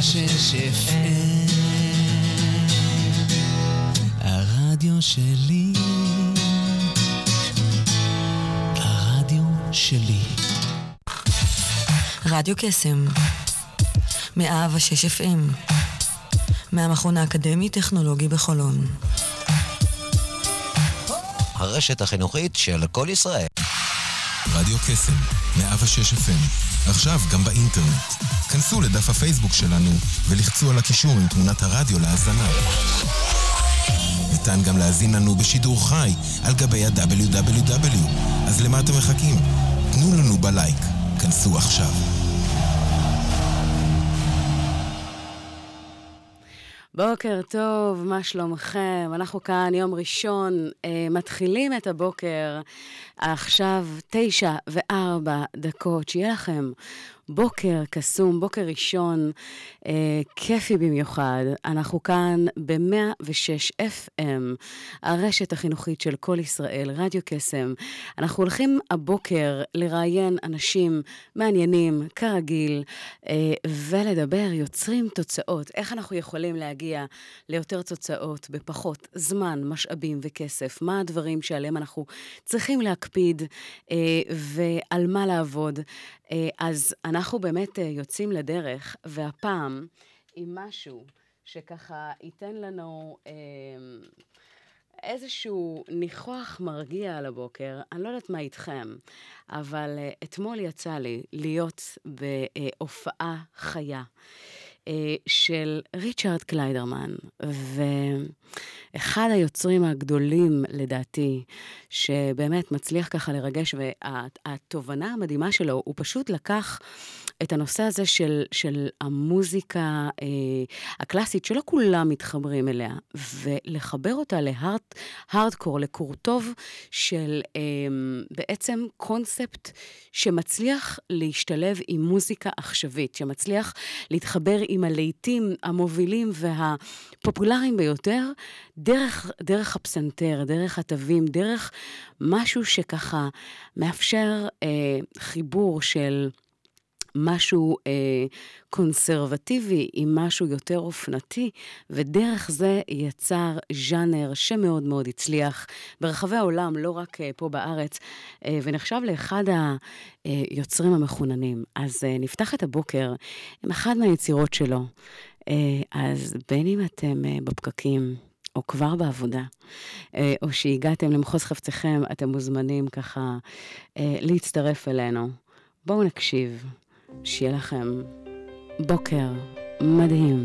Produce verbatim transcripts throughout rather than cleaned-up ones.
שש אף אם, הרדיו שלי, הרדיו שלי. רדיו קסם, מאה ושש אף אם, מהמכון האקדמי-טכנולוגי בחולון. הרשת החינוכית של כל ישראל. רדיו קסם, מאה ושש אף אם, עכשיו גם באינטרנט. כנסו לדף הפייסבוק שלנו ולחצו על הקישור עם תמונת הרדיו להאזנה. ניתן גם להאזין לנו בשידור חי על גבי ה-דאבליו דאבליו דאבליו. אז למה אתם מחכים? תנו לנו בלייק. כנסו עכשיו. בוקר טוב, מה שלומכם? אנחנו כאן יום ראשון, אה, מתחילים את הבוקר, עכשיו תשע וארבע דקות, שיהיה לכם בוקר קסום, בוקר ראשון, אה, כיפי במיוחד. אנחנו כאן ב-מאה ושש אף אם, הרשת החינוכית של כל ישראל, רדיו קסם. אנחנו הולכים הבוקר לראיין אנשים מעניינים, כרגיל, אה, ולדבר, יוצרים תוצאות. איך אנחנו יכולים להגיע ליותר תוצאות בפחות זמן, משאבים וכסף? מה הדברים שעליהם אנחנו צריכים להקפיד אה, ועל מה לעבוד? אז אנחנו באמת יוצאים לדרך, והפעם עם משהו שככה ייתן לנו איזשהו ניחוח מרגיע על הבוקר. אני לא יודעת מה איתכם, אבל אתמול יצא לי להיות בהופעה חיה של ריצ'רד קליידרמן, ואחד היוצרים הגדולים לדעתי, שבאמת מצליח ככה לרגש, והתובנה המדהימה שלו, הוא פשוט לקח את הנושא הזה של, של המוזיקה אה, הקלאסית, שלא כולם מתחברים אליה, ולחבר אותה להארדקור, לקורטוב של אה, בעצם קונספט שמצליח להשתלב עם מוזיקה עכשווית, שמצליח להתחבר עם הלהיטים המובילים והפופולריים ביותר, דרך, דרך הפסנתר, דרך התווים, דרך משהו שככה מאפשר אה, חיבור של משהו אה, קונסרבטיבי עם משהו יותר אופנתי, ודרך זה יצר ז'אנר שמאוד מאוד הצליח ברחבי העולם, לא רק אה, פה בארץ, אה, ונחשב לאחד היוצרים המחוננים. אז אה, נפתח את הבוקר עם אחד מהיצירות שלו. אה, אז בין אם אתם אה, בפקקים, או כבר בעבודה, אה, או שהגעתם למחוז חפציכם, אתם מוזמנים ככה אה, להצטרף אלינו. בואו נקשיב. שיהיה לכם בוקר מדהים.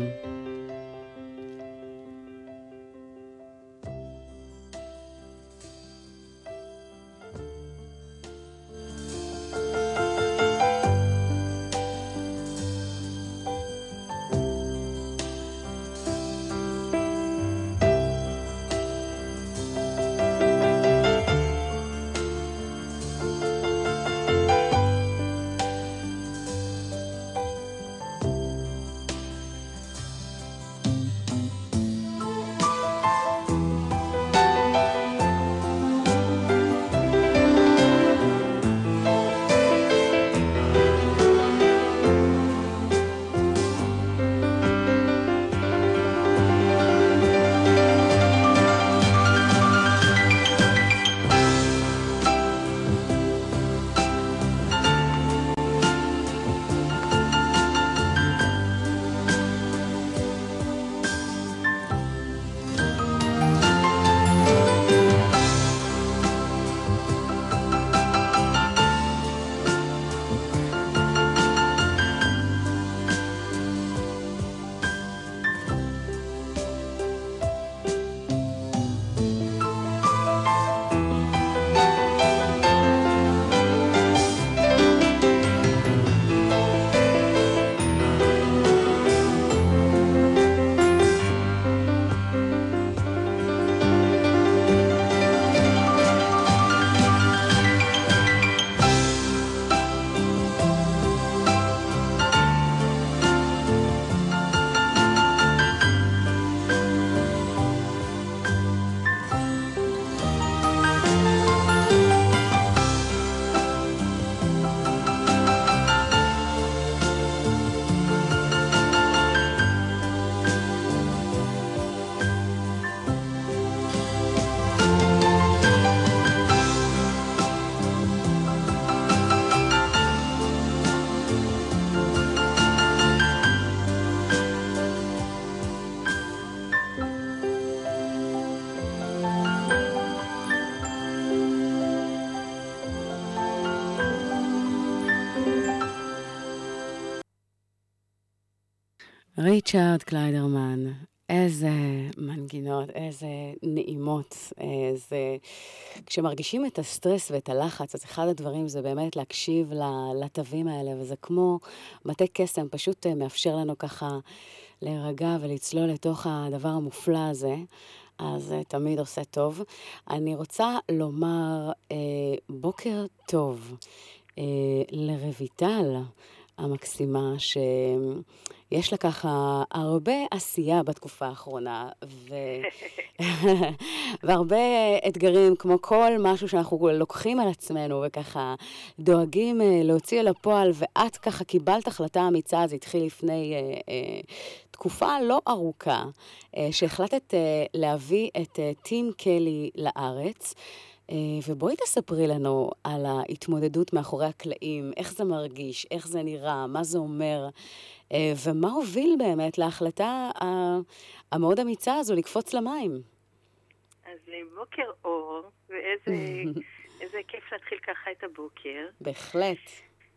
ריצ'רד קליידרמן, איזה מנגינות, איזה נעימות, איזה... כשמרגישים את הסטרס ואת הלחץ, אז אחד הדברים זה באמת להקשיב לתווים האלה, וזה כמו בתי קסם, פשוט מאפשר לנו ככה להירגע ולצלול לתוך הדבר המופלא הזה, אז זה תמיד עושה טוב. אני רוצה לומר אה, בוקר טוב אה, לרויטל המקסימה, שיש לה ככה הרבה עשייה בתקופה האחרונה, ו... והרבה אתגרים, כמו כל משהו שאנחנו לוקחים על עצמנו, וככה דואגים להוציא אל הפועל, ואת ככה קיבלת החלטה אמיצה, זה התחיל לפני אה, אה, תקופה לא ארוכה, אה, שהחלטת אה, להביא את אה, טים קלי לארץ, ובואי תספרי לנו על ההתמודדות מאחורי הקלעים, איך זה מרגיש, איך זה נראה, מה זה אומר, ומה הוביל באמת להחלטה המאוד אמיצה הזו לקפוץ למים. אז בוקר אור, ואיזה כיף להתחיל ככה את הבוקר. בהחלט.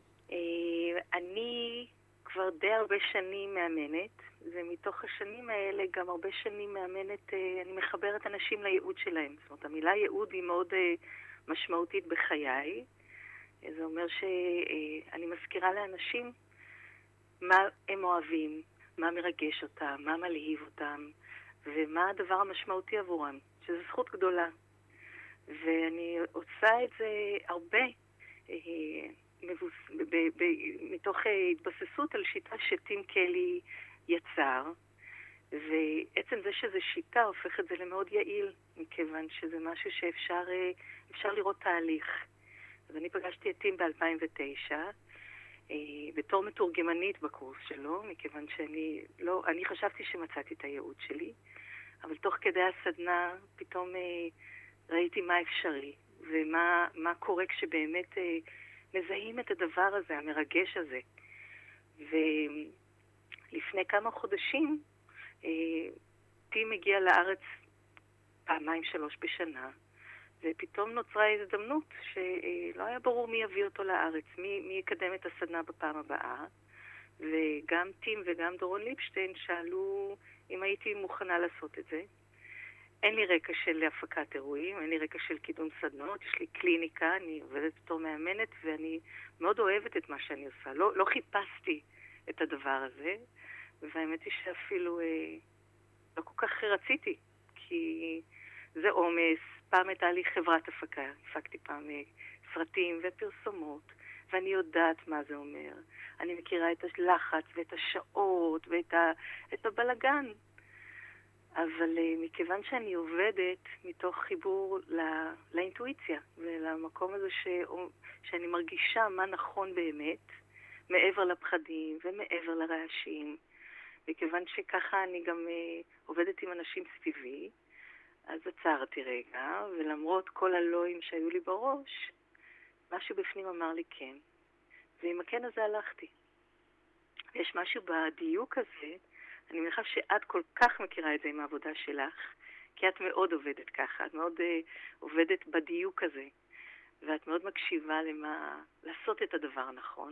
אני כבר די הרבה שנים מאמנת, ומתוך השנים האלה גם הרבה שנים מאמנת, אני מחברת אנשים לייעוד שלהם. זאת אומרת, המילה ייעוד היא מאוד משמעותית בחיי. זה אומר שאני מזכירה לאנשים מה הם אוהבים, מה מרגש אותם, מה מלהיב אותם, ומה הדבר המשמעותי עבורם, שזו זכות גדולה. ואני עושה את זה הרבה, מבוס... ב... ב... מתוך התבססות על שיטה שטים קלי יצר, ועצם זה שזה שיטה הופך את זה למאוד יעיל, מכיוון שזה משהו שאפשר אפשר לראות תהליך. אז אני פגשתי את טים ב-אלפיים ותשע, בתור מתורגמנית בקורס שלו, מכיוון שאני לא, אני חשבתי שמצאתי את הייעוד שלי, אבל תוך כדי הסדנה פתאום ראיתי מה אפשרי, ומה מה קורה כשבאמת מזהים את הדבר הזה, המרגש הזה. ולפני כמה חודשים, טים הגיע לארץ פעמיים שלוש בשנה, ופתאום נוצרה הזדמנות שלא היה ברור מי יביא אותו לארץ, מי, מי יקדם את הסדנה בפעם הבאה. וגם טים וגם דורון ליפשטיין שאלו אם הייתי מוכנה לעשות את זה. אין לי רקע של הפקת אירועים, אין לי רקע של קידום סדנות, יש לי קליניקה, אני עובדת בתור מאמנת, ואני מאוד אוהבת את מה שאני עושה. לא, לא חיפשתי את הדבר הזה, והאמת היא שאפילו אה, לא כל כך רציתי, כי זה עומס. פעם הייתה לי חברת הפקה, הפקתי פעם אה, סרטים ופרסומות, ואני יודעת מה זה אומר. אני מכירה את הלחץ ואת השעות ואת ה, את הבלגן. אבל uh, מכיוון שאני עובדת מתוך חיבור לא, לאינטואיציה ולמקום הזה ש, שאני מרגישה מה נכון באמת, מעבר לפחדים ומעבר לרעשים, מכיוון שככה אני גם uh, עובדת עם אנשים סביבי, אז עצרתי רגע, ולמרות כל הלואים שהיו לי בראש, משהו בפנים אמר לי כן. ועם הכן הזה הלכתי. ויש משהו בדיוק הזה, אני מניחה שאת כל כך מכירה את זה עם העבודה שלך, כי את מאוד עובדת ככה, את מאוד uh, עובדת בדיוק הזה, ואת מאוד מקשיבה למה, לעשות את הדבר הנכון,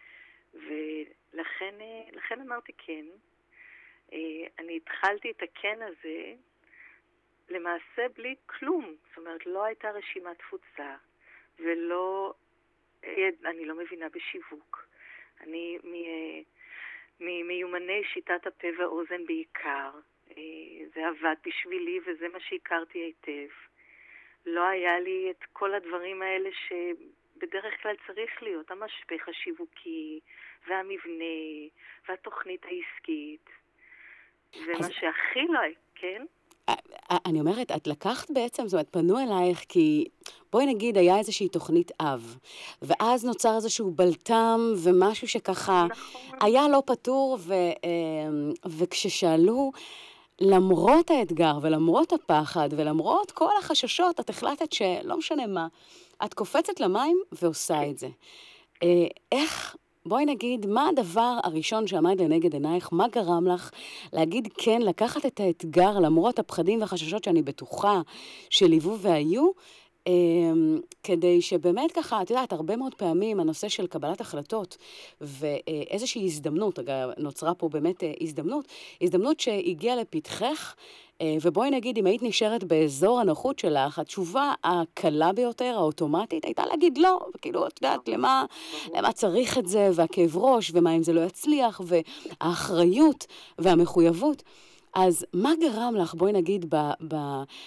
ולכן uh, לכן אמרתי כן. Uh, אני התחלתי את הכן הזה, למעשה בלי כלום, זאת אומרת, לא הייתה רשימת תפוצה, ולא, אני לא מבינה בשיווק. אני מ... מיומני שיטת הפה והאוזן בעיקר. זה עבד בשבילי וזה מה שהכרתי היטב. לא היה לי את כל הדברים האלה שבדרך כלל צריך להיות, המשפך השיווקי והמבנה והתוכנית העסקית. ומה שהכי לא היה, כן? אני אומרת, את לקחת בעצם, זאת אומרת, פנו אלייך כי, בואי נגיד, היה איזושהי תוכנית אב, ואז נוצר איזשהו בלטם ומשהו שככה נכון. היה לא פתור, ו, וכששאלו, למרות האתגר ולמרות הפחד ולמרות כל החששות, את החלטת שלא משנה מה, את קופצת למים ועושה את זה. איך... בואי נגיד, מה הדבר הראשון שעמד לנגד עינייך? מה גרם לך להגיד כן, לקחת את האתגר, למרות הפחדים והחששות שאני בטוחה שליוו והיו, כדי שבאמת ככה, את יודעת, הרבה מאוד פעמים הנושא של קבלת החלטות ואיזושהי הזדמנות, אגב, נוצרה פה באמת הזדמנות, הזדמנות שהגיעה לפתחך, ובואי נגיד, אם היית נשארת באזור הנוחות שלך, התשובה הקלה ביותר, האוטומטית, הייתה להגיד לא, וכאילו, את יודעת, למה, למה צריך את זה, והכאב ראש, ומה אם זה לא יצליח, והאחריות והמחויבות. אז מה גרם לך, בואי נגיד, ב... ב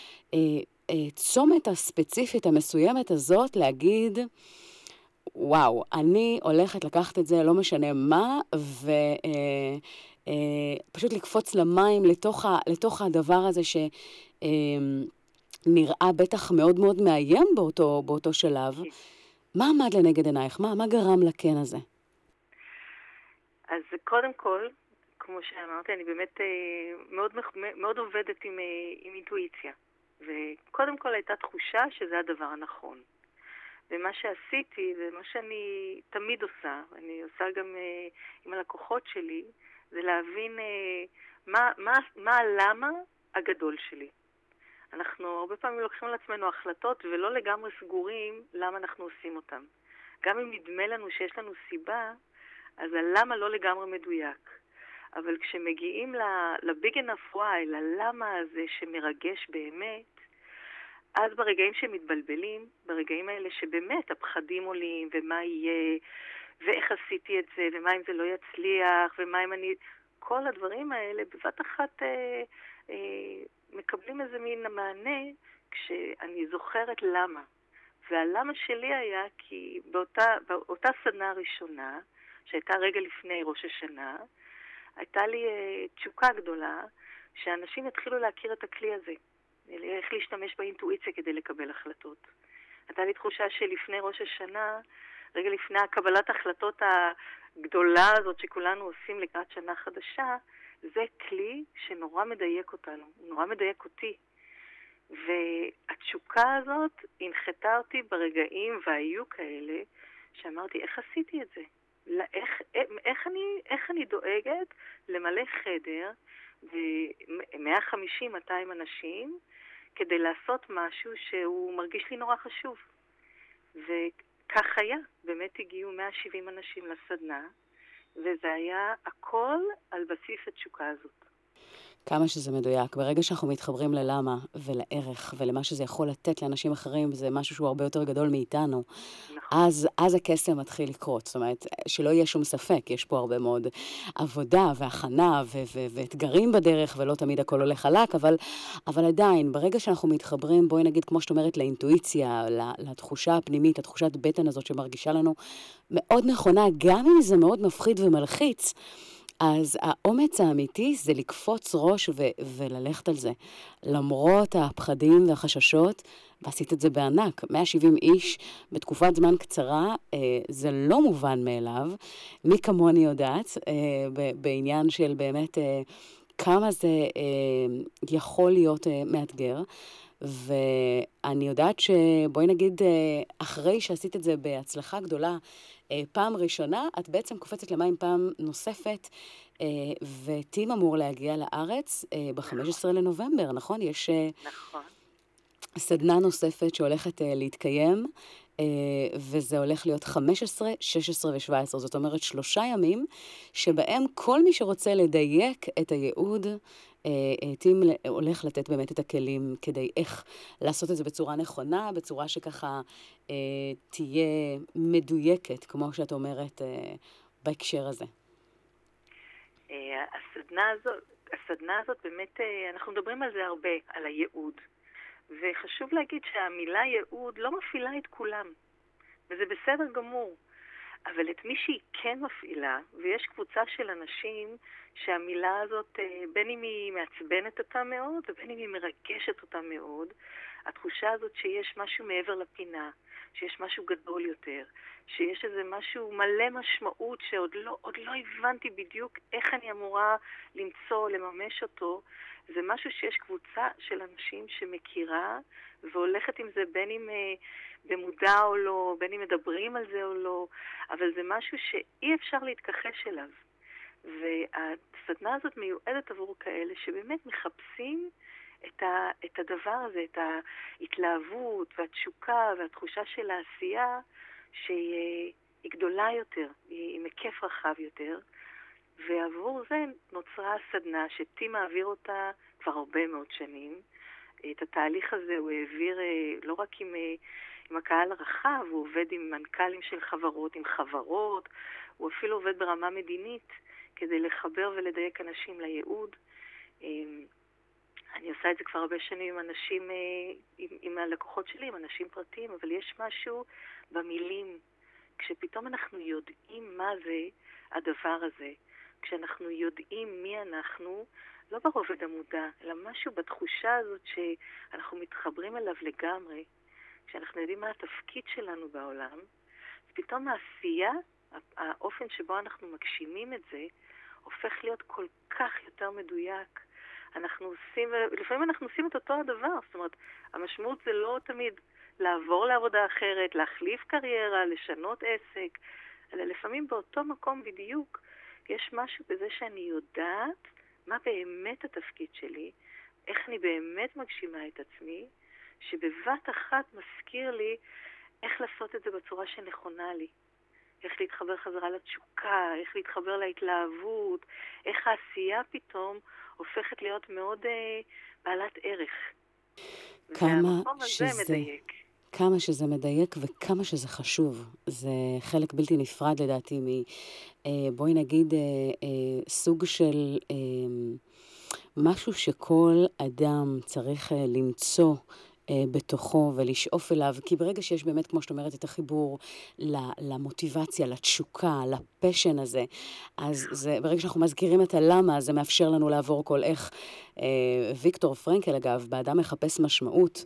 צומת הספציפית המסוימת הזאת להגיד, וואו, אני הולכת לקחת את זה, לא משנה מה, ופשוט לקפוץ למים לתוך, ה, לתוך הדבר הזה שנראה בטח מאוד מאוד מאיים באותו, באותו שלב. מה עמד לנגד עינייך? מה, מה גרם לכן הזה? אז קודם כל, כמו שאמרתי, אני באמת מאוד, מאוד עובדת עם, עם אינטואיציה. וקודם כל הייתה תחושה שזה הדבר הנכון. ומה שעשיתי, ומה שאני תמיד עושה, אני עושה גם uh, עם הלקוחות שלי, זה להבין uh, מה, מה, מה הלמה הגדול שלי. אנחנו הרבה פעמים לוקחים על עצמנו החלטות ולא לגמרי סגורים למה אנחנו עושים אותן. גם אם נדמה לנו שיש לנו סיבה, אז הלמה לא לגמרי מדויק. אבל כשמגיעים ל-big enough why, ללמה הזה שמרגש באמת, אז ברגעים שמתבלבלים, ברגעים האלה שבאמת הפחדים עולים, ומה יהיה, ואיך עשיתי את זה, ומה אם זה לא יצליח, ומה אם אני... כל הדברים האלה בבת אחת אה, אה, מקבלים איזה מין מענה כשאני זוכרת למה. והלמה שלי היה כי באותה, באותה סדנה הראשונה, שהייתה רגע לפני ראש השנה, הייתה לי uh, תשוקה גדולה שאנשים יתחילו להכיר את הכלי הזה, איך להשתמש באינטואיציה כדי לקבל החלטות. הייתה לי תחושה שלפני ראש השנה, רגע לפני הקבלת החלטות הגדולה הזאת שכולנו עושים לקראת שנה חדשה, זה כלי שנורא מדייק אותנו, נורא מדייק אותי. והתשוקה הזאת הנחתה אותי ברגעים והיו כאלה שאמרתי, איך עשיתי את זה? איך, איך, אני, איך אני דואגת למלא חדר ב-מאה וחמישים עד מאתיים אנשים כדי לעשות משהו שהוא מרגיש לי נורא חשוב. וכך היה, באמת הגיעו מאה ושבעים אנשים לסדנה, וזה היה הכל על בסיס התשוקה הזאת. כמה שזה מדויק. ברגע שאנחנו מתחברים ללמה ולערך ולמה שזה יכול לתת לאנשים אחרים, זה משהו שהוא הרבה יותר גדול מאיתנו. נכון. אז, אז הקסם מתחיל לקרות. זאת אומרת, שלא יהיה שום ספק. יש פה הרבה מאוד עבודה והכנה ו- ו- ואתגרים בדרך, ולא תמיד הכל הולך חלק, אבל, אבל עדיין, ברגע שאנחנו מתחברים, בואי נגיד, כמו שאת אומרת, לאינטואיציה, לתחושה הפנימית, לתחושת בטן הזאת שמרגישה לנו מאוד נכונה, גם אם זה מאוד מפחיד ומלחיץ, אז האומץ האמיתי זה לקפוץ ראש ו- וללכת על זה. למרות הפחדים והחששות, ועשית את זה בענק. מאה ושבעים איש בתקופת זמן קצרה, אה, זה לא מובן מאליו. מי כמוני יודעת, אה, ב- בעניין של באמת אה, כמה זה אה, יכול להיות אה, מאתגר. ואני יודעת שבואי נגיד, אחרי שעשית את זה בהצלחה גדולה, פעם ראשונה, את בעצם קופצת למים פעם נוספת, וטים אמור להגיע לארץ ב-חמישה עשר לנובמבר, נכון? יש נכון. סדנה נוספת שהולכת להתקיים, וזה הולך להיות חמש עשרה, שש עשרה ו-שבע עשרה, זאת אומרת שלושה ימים, שבהם כל מי שרוצה לדייק את הייעוד, טים הולך לתת באמת את הכלים כדי איך לעשות את זה בצורה נכונה, בצורה שככה אה, תהיה מדויקת, כמו שאת אומרת, אה, בהקשר הזה. אה, הסדנה הזאת, הסדנה הזאת באמת, אה, אנחנו מדברים על זה הרבה, על הייעוד. וחשוב להגיד שהמילה ייעוד לא מפעילה את כולם, וזה בסדר גמור. אבל את מי שהיא כן מפעילה, ויש קבוצה של אנשים שהמילה הזאת, בין אם היא מעצבנת אותה מאוד, ובין אם היא מרגשת אותה מאוד, התחושה הזאת שיש משהו מעבר לפינה, שיש משהו גדול יותר, שיש איזה משהו מלא משמעות שעוד לא, עוד לא הבנתי בדיוק איך אני אמורה למצוא, לממש אותו, זה משהו שיש קבוצה של אנשים שמכירה והולכת עם זה בין אם במודע או לא, בין אם מדברים על זה או לא, אבל זה משהו שאי אפשר להתכחש אליו. והסדנה הזאת מיועדת עבור כאלה שבאמת מחפשים את, ה, את הדבר הזה, את ההתלהבות והתשוקה והתחושה של העשייה שהיא גדולה יותר, היא עם היקף רחב יותר, ועבור זה נוצרה הסדנה שטי מעביר אותה כבר הרבה מאוד שנים. את התהליך הזה הוא העביר לא רק עם, עם הקהל הרחב, הוא עובד עם מנכ"לים של חברות, עם חברות, הוא אפילו עובד ברמה מדינית כדי לחבר ולדייק אנשים לייעוד. אני עושה את זה כבר הרבה שנים עם אנשים, עם, עם הלקוחות שלי, עם אנשים פרטיים, אבל יש משהו במילים, כשפתאום אנחנו יודעים מה זה הדבר הזה, כשאנחנו יודעים מי אנחנו, לא ברובד המודע, אלא משהו בתחושה הזאת שאנחנו מתחברים אליו לגמרי, כשאנחנו יודעים מה התפקיד שלנו בעולם, פתאום העשייה, האופן שבו אנחנו מגשימים את זה, הופך להיות כל כך יותר מדויק. אנחנו עושים, לפעמים אנחנו עושים את אותו הדבר, זאת אומרת, המשמעות זה לא תמיד לעבור לעבודה אחרת, להחליף קריירה, לשנות עסק, אלא לפעמים באותו מקום בדיוק, יש משהו בזה שאני יודעת מה באמת התפקיד שלי, איך אני באמת מגשימה את עצמי, שבבת אחת מזכיר לי איך לעשות את זה בצורה שנכונה לי. איך להתחבר חזרה לתשוקה, איך להתחבר להתלהבות, איך העשייה פתאום הופכת להיות מאוד אה, בעלת ערך. כמה שזה... מדייק. כמה שזה מדייק וכמה שזה חשוב. זה חלק בלתי נפרד לדעתי מ... אה, בואי נגיד אה, אה, סוג של אה, משהו שכל אדם צריך אה, למצוא בתוכו ולשאוף אליו, כי ברגע שיש באמת, כמו שאת אומרת, את החיבור למוטיבציה, לתשוקה, לפשן הזה, אז זה, ברגע שאנחנו מזכירים את הלמה, זה מאפשר לנו לעבור כל איך. ויקטור פרנקל, אגב, באדם מחפש משמעות,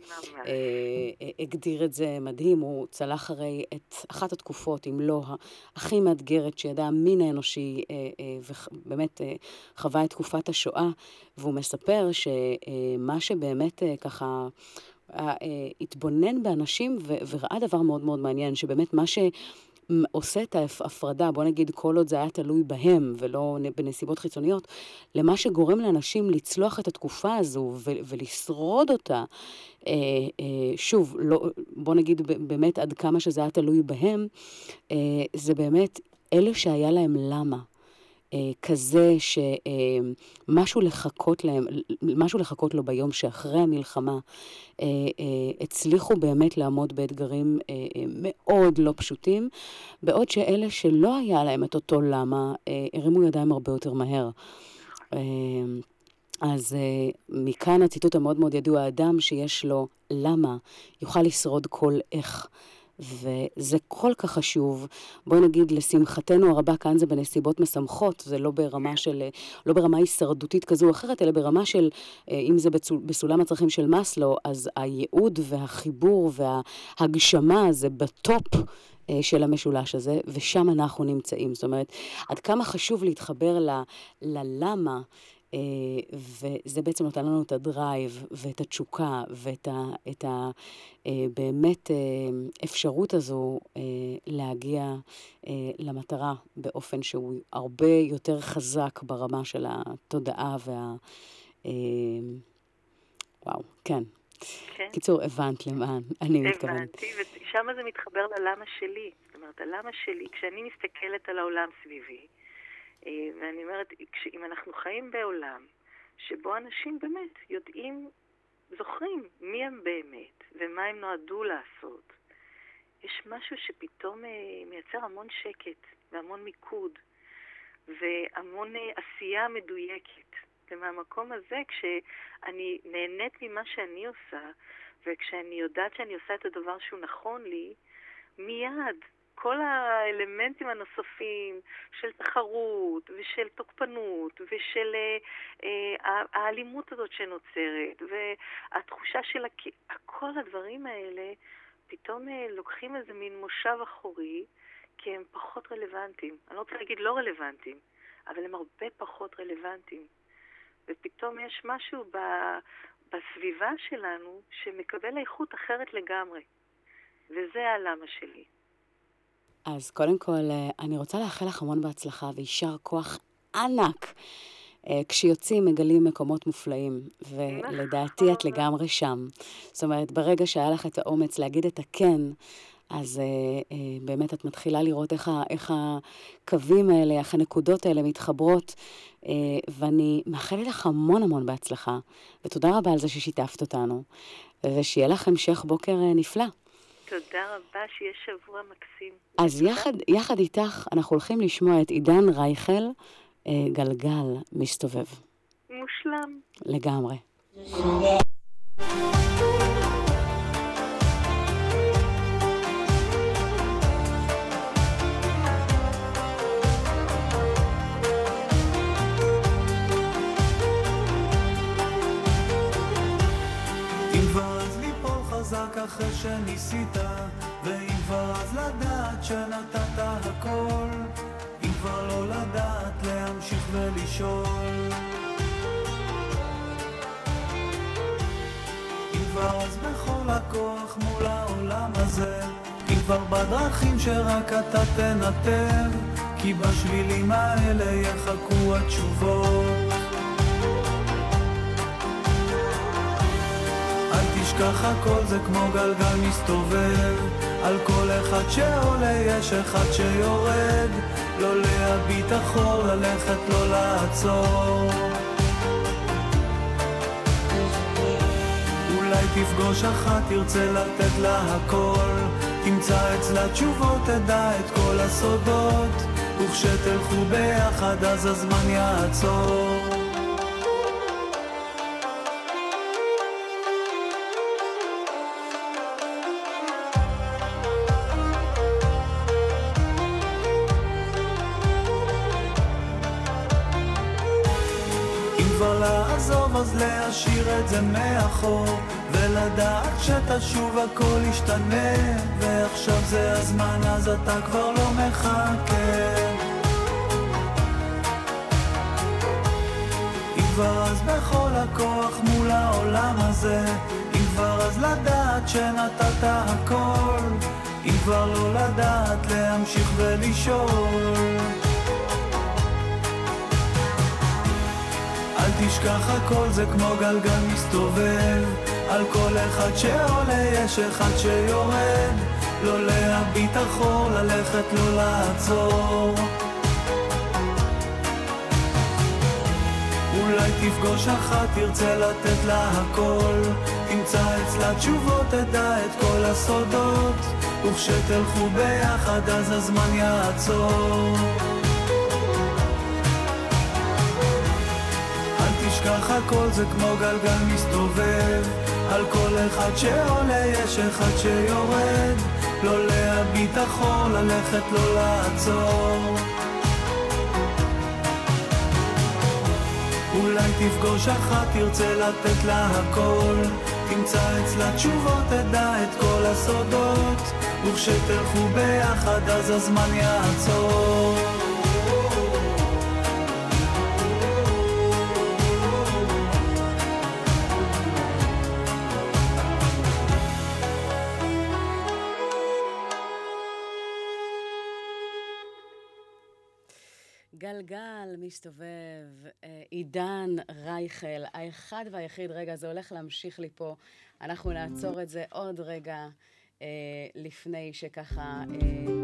הגדיר את זה מדהים, הוא צלח הרי את אחת התקופות, אם לא הכי מאתגרת, שידע מין האנושי, ובאמת חווה את תקופת השואה, והוא מספר שמה שבאמת ככה, התבונן באנשים וראה דבר מאוד מאוד מעניין, שבאמת מה שעושה את ההפרדה, בוא נגיד כל עוד זה היה תלוי בהם ולא בנסיבות חיצוניות, למה שגורם לאנשים לצלוח את התקופה הזו ולשרוד אותה, שוב, לא, בוא נגיד באמת עד כמה שזה היה תלוי בהם, זה באמת אלה שהיה להם למה. כזה שמשהו לחכות להם, משהו לחכות לו ביום שאחרי המלחמה, הצליחו באמת לעמוד באתגרים מאוד לא פשוטים, בעוד שאלה שלא היה להם את אותו למה, הרימו ידיים הרבה יותר מהר. אז מכאן הציטוט המאוד מאוד ידוע, האדם שיש לו למה, יוכל לשרוד כל איך. וזה כל כך חשוב. בואי נגיד, לשמחתנו הרבה כאן זה בנסיבות משמחות, זה לא ברמה של, לא ברמה הישרדותית כזו או אחרת, אלא ברמה של, אם זה בסולם הצרכים של מסלו, אז הייעוד והחיבור וההגשמה זה בטופ של המשולש הזה, ושם אנחנו נמצאים. זאת אומרת, עד כמה חשוב להתחבר ל, ללמה, וזה בעצם נותן לנו את הדרייב ואת התשוקה ואת ה, את ה, באמת אפשרות הזו להגיע למטרה באופן שהוא הרבה יותר חזק ברמה של התודעה וה... וואו, כן. כן. קיצור, הבנת למה אני מתכוונת. הבנתי, ושם זה מתחבר ללמה שלי. זאת אומרת, הלמה שלי, כשאני מסתכלת על העולם סביבי, ואני אומרת, אם אנחנו חיים בעולם שבו אנשים באמת יודעים, זוכרים מי הם באמת ומה הם נועדו לעשות, יש משהו שפתאום מייצר המון שקט והמון מיקוד והמון עשייה מדויקת. ומהמקום הזה, כשאני נהנית ממה שאני עושה, וכשאני יודעת שאני עושה את הדבר שהוא נכון לי, מיד כל האלמנטים הנוספים של תחרות ושל תוקפנות ושל אה, האלימות הזאת שנוצרת והתחושה של הכ... כל הדברים האלה פתאום אה, לוקחים איזה מין מושב אחורי, כי הם פחות רלוונטיים. אני לא רוצה להגיד לא רלוונטיים, אבל הם הרבה פחות רלוונטיים. ופתאום יש משהו ב... בסביבה שלנו שמקבל איכות אחרת לגמרי. וזה הלמה שלי. אז קודם כל, אני רוצה לאחל לך המון בהצלחה ויישר כוח ענק כשיוצאים מגלים מקומות מופלאים, ולדעתי את לגמרי שם. זאת אומרת, ברגע שהיה לך את האומץ להגיד את הכן, אז אה, אה, באמת את מתחילה לראות איך, איך הקווים האלה, איך הנקודות האלה מתחברות, אה, ואני מאחלת לך המון המון בהצלחה, ותודה רבה על זה ששיתפת אותנו, ושיהיה לך המשך בוקר אה, נפלא. תודה רבה, שיהיה שבוע מקסים. אז יחד, יחד איתך אנחנו הולכים לשמוע את עידן רייכל, אה, גלגל מסתובב. מושלם. לגמרי. חזק אחרי שניסית, ואם כבר אז לדעת שנתת הכל, אם כבר לא לדעת להמשיך ולשאול, אם כבר אז בכל הכוח מול העולם הזה, אם כבר בדרכים שרק אתה תנתב, כי בשבילים האלה יחכו התשובות. תשכח הכל זה כמו גלגל מסתובב, על כל אחד שעולה יש אחד שיורד, לא להביט אחור, ללכת לא לעצור. אולי תפגוש אחת, תרצה לתת לה הכל, תמצא אצלה תשובות, תדע את כל הסודות, וכשתלכו ביחד אז הזמן יעצור. אז להשאיר את זה מאחור, ולדעת שתשוב הכל ישתנה, ועכשיו זה הזמן אז אתה כבר לא מחכה. אם כבר אז בכל הכוח מול העולם הזה, אם כבר אז לדעת שנתת הכל, אם כבר לא לדעת להמשיך ולשאול. אל תשכח הכל זה כמו גלגל מסתובב, על כל אחד שעולה יש אחד שיורד, לא להביט אחור, ללכת לא לעצור. אולי תפגוש אחת, תרצה לתת לה הכל, תמצא אצלה תשובות, תדע את כל הסודות, וכשתלכו ביחד אז הזמן יעצור. תשכח הכל זה כמו גלגל מסתובב, על כל אחד שעולה יש אחד שיורד, לא להביט אחור, ללכת לא לעצור. אולי תפגוש אחת, תרצה לתת לה הכל, תמצא אצלה תשובות, תדע את כל הסודות, וכשתלכו ביחד אז הזמן יעצור. גלגל מסתובב, עידן רייכל, האחד והיחיד, רגע, זה הולך להמשיך לי פה, אנחנו נעצור את זה עוד רגע אה, לפני שככה, אה,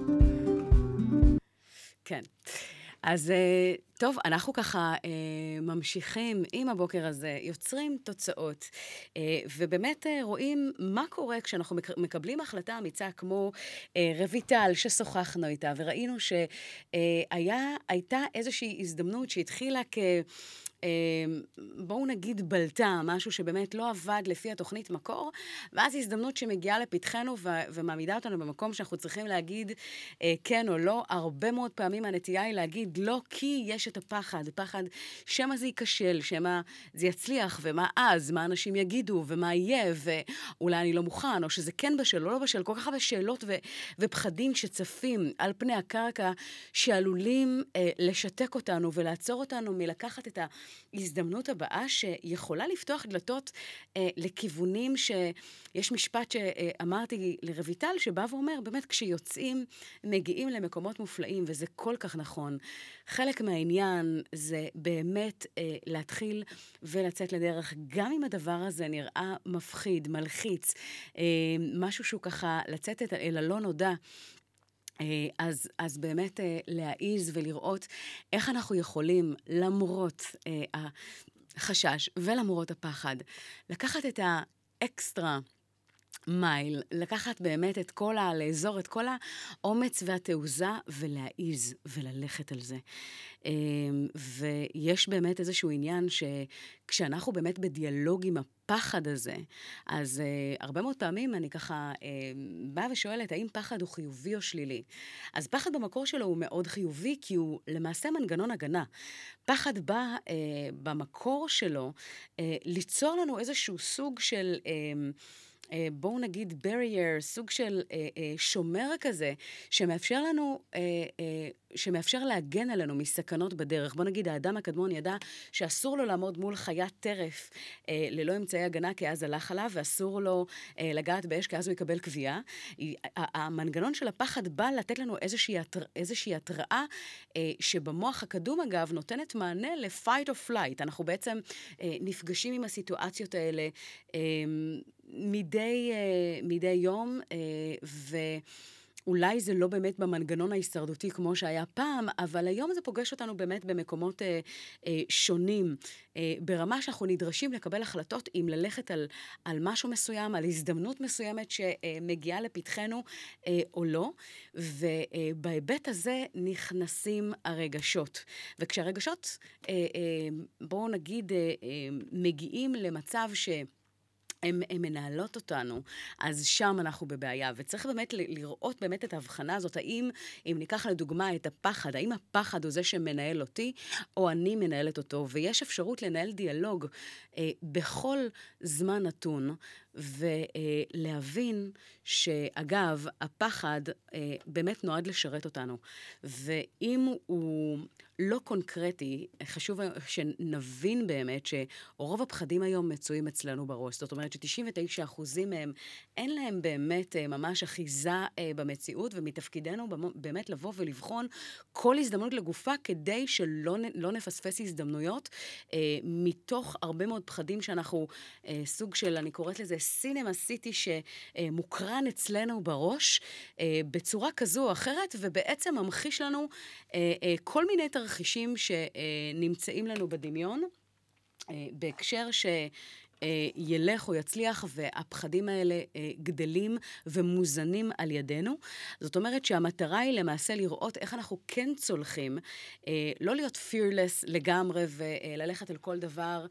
כן. אז טוב, אנחנו ככה אה, ממשיכים עם הבוקר הזה, יוצרים תוצאות, אה, ובאמת אה, רואים מה קורה כשאנחנו מקבלים החלטה אמיצה כמו אה, רויטל ששוחחנו איתה, וראינו שהייתה איזושהי הזדמנות שהתחילה כ... בואו נגיד בלטה, משהו שבאמת לא עבד לפי התוכנית מקור, ואז הזדמנות שמגיעה לפתחנו ו- ומעמידה אותנו במקום שאנחנו צריכים להגיד אה, כן או לא. הרבה מאוד פעמים הנטייה היא להגיד לא, כי יש את הפחד, פחד שמה זה ייכשל, שמה זה יצליח, ומה אז, מה אנשים יגידו, ומה יהיה, ואולי אני לא מוכן, או שזה כן בשל או לא בשל, כל כך הרבה שאלות ו- ופחדים שצפים על פני הקרקע, שעלולים אה, לשתק אותנו ולעצור אותנו מלקחת את ה... הזדמנות הבאה שיכולה לפתוח דלתות אה, לכיוונים שיש משפט שאמרתי לרויטל שבא ואומר, באמת כשיוצאים מגיעים למקומות מופלאים, וזה כל כך נכון. חלק מהעניין העניין זה באמת אה, להתחיל ולצאת לדרך, גם אם הדבר הזה נראה מפחיד, מלחיץ, אה, משהו שהוא ככה לצאת את, אל הלא נודע, אז, אז באמת להעיז ולראות איך אנחנו יכולים, למרות החשש ולמרות הפחד, לקחת את האקסטרה מייל, לקחת באמת את כל ה... לאזור את כל האומץ והתעוזה ולהעיז וללכת על זה. ויש באמת איזשהו עניין שכשאנחנו באמת בדיאלוג עם הפחד הזה, אז uh, הרבה מאוד פעמים אני ככה uh, באה ושואלת, האם פחד הוא חיובי או שלילי? אז פחד במקור שלו הוא מאוד חיובי, כי הוא למעשה מנגנון הגנה. פחד בא uh, במקור שלו uh, ליצור לנו איזשהו סוג של... Uh, בואו נגיד barrier, סוג של אה, אה, שומר כזה, שמאפשר לנו, אה, אה, שמאפשר להגן עלינו מסכנות בדרך. בואו נגיד, האדם הקדמון ידע שאסור לו לעמוד מול חיית טרף אה, ללא אמצעי הגנה, כי אז הלך עליו, ואסור לו אה, לגעת באש, כי אז הוא יקבל קביעה. המנגנון של הפחד בא לתת לנו איזושהי, התר, איזושהי התראה, אה, שבמוח הקדום, אגב, נותנת מענה ל-fight or flight. אנחנו בעצם אה, נפגשים עם הסיטואציות האלה, אה, מדי, מדי יום, ואולי זה לא באמת במנגנון ההישרדותי כמו שהיה פעם, אבל היום זה פוגש אותנו באמת במקומות שונים, ברמה שאנחנו נדרשים לקבל החלטות אם ללכת על, על משהו מסוים, על הזדמנות מסוימת שמגיעה לפתחנו או לא, ובהיבט הזה נכנסים הרגשות. וכשהרגשות, בואו נגיד, מגיעים למצב ש... הן מנהלות אותנו, אז שם אנחנו בבעיה, וצריך באמת לראות באמת את ההבחנה הזאת, האם, אם ניקח לדוגמה את הפחד, האם הפחד הוא זה שמנהל אותי, או אני מנהלת אותו, ויש אפשרות לנהל דיאלוג אה, בכל זמן נתון, ולהבין שאגב, הפחד אה, באמת נועד לשרת אותנו, ואם הוא לא קונקרטי, חשוב שנבין באמת שרוב הפחדים היום מצויים אצלנו בראש, זאת אומרת ש-תשעים ותשעה אחוזים מהם אין להם באמת ממש אחיזה במציאות, ומתפקידנו באמת לבוא ולבחון כל הזדמנות לגופה, כדי שלא לא נפספס הזדמנויות, מתוך הרבה מאוד פחדים שאנחנו, סוג של, אני קוראת לזה, סינמה סיטי שמוקרן אצלנו בראש, בצורה כזו או אחרת, ובעצם ממחיש לנו כל מיני תרחישים שנמצאים לנו בדמיון, בהקשר ש... ילך או יצליח, והפחדים האלה גדלים ומוזנים על ידינו. זאת אומרת שהמטרה היא למעשה לראות איך אנחנו כן צולחים, לא להיות fearless לגמרי וללכת על כל דבר,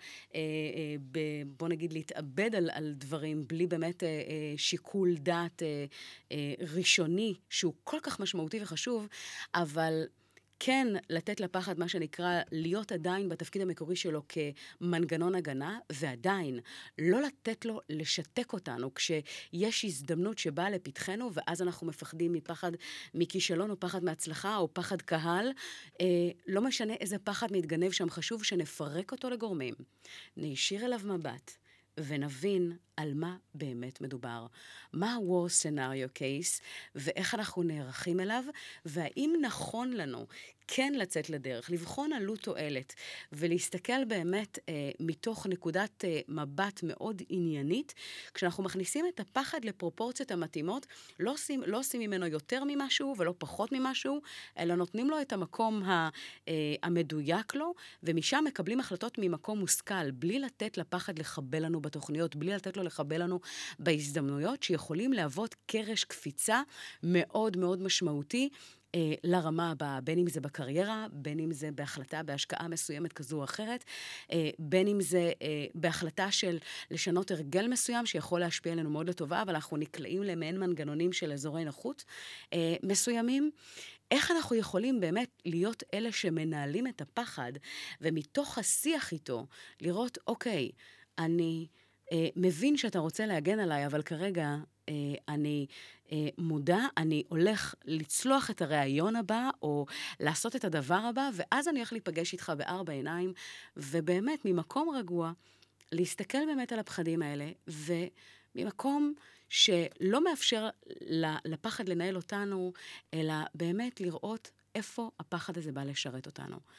בוא נגיד להתאבד על, על דברים, בלי באמת שיקול דעת ראשוני, שהוא כל כך משמעותי וחשוב, אבל... כן לתת לפחד מה שנקרא להיות עדיין בתפקיד המקורי שלו כמנגנון הגנה, ועדיין לא לתת לו לשתק אותנו כשיש הזדמנות שבאה לפתחנו, ואז אנחנו מפחדים מפחד מכישלון או פחד מהצלחה או פחד קהל. אה, לא משנה איזה פחד מתגנב שם, חשוב שנפרק אותו לגורמים, נשאיר אליו מבט ונבין על מה באמת מדובר. מה ה-War Scenario Case, ואיך אנחנו נערכים אליו, והאם נכון לנו כן לצאת לדרך, לבחון עלות תועלת, ולהסתכל באמת אה, מתוך נקודת אה, מבט מאוד עניינית, כשאנחנו מכניסים את הפחד לפרופורציות המתאימות, לא עושים, לא עושים ממנו יותר ממשהו ולא פחות ממשהו, אלא נותנים לו את המקום ה, אה, המדויק לו, ומשם מקבלים החלטות ממקום מושכל, בלי לתת לפחד לחבל לנו בתוכניות, בלי לתת לו לחבל לנו בהזדמנויות, שיכולים להוות קרש קפיצה מאוד מאוד משמעותי, אה, לרמה הבאה, בין אם זה בקריירה, בין אם זה בהחלטה, בהשקעה מסוימת כזו או אחרת, אה, בין אם זה אה, בהחלטה של לשנות הרגל מסוים, שיכול להשפיע עלינו מאוד לטובה, אבל אנחנו נקלעים למעין מנגנונים של אזורי נוחות אה, מסוימים. איך אנחנו יכולים באמת להיות אלה שמנהלים את הפחד, ומתוך השיח איתו, לראות, אוקיי, אני אה, מבין שאתה רוצה להגן עליי, אבל כרגע אה, אני אה, מודע, אני הולך לצלוח את הרעיון הבא, או לעשות את הדבר הבא, ואז אני הולך להיפגש איתך בארבע עיניים, ובאמת ממקום רגוע, להסתכל באמת על הפחדים האלה, וממקום שלא מאפשר לפחד לנהל אותנו, אלא באמת לראות איפה הפחד הזה בא לשרת אותנו.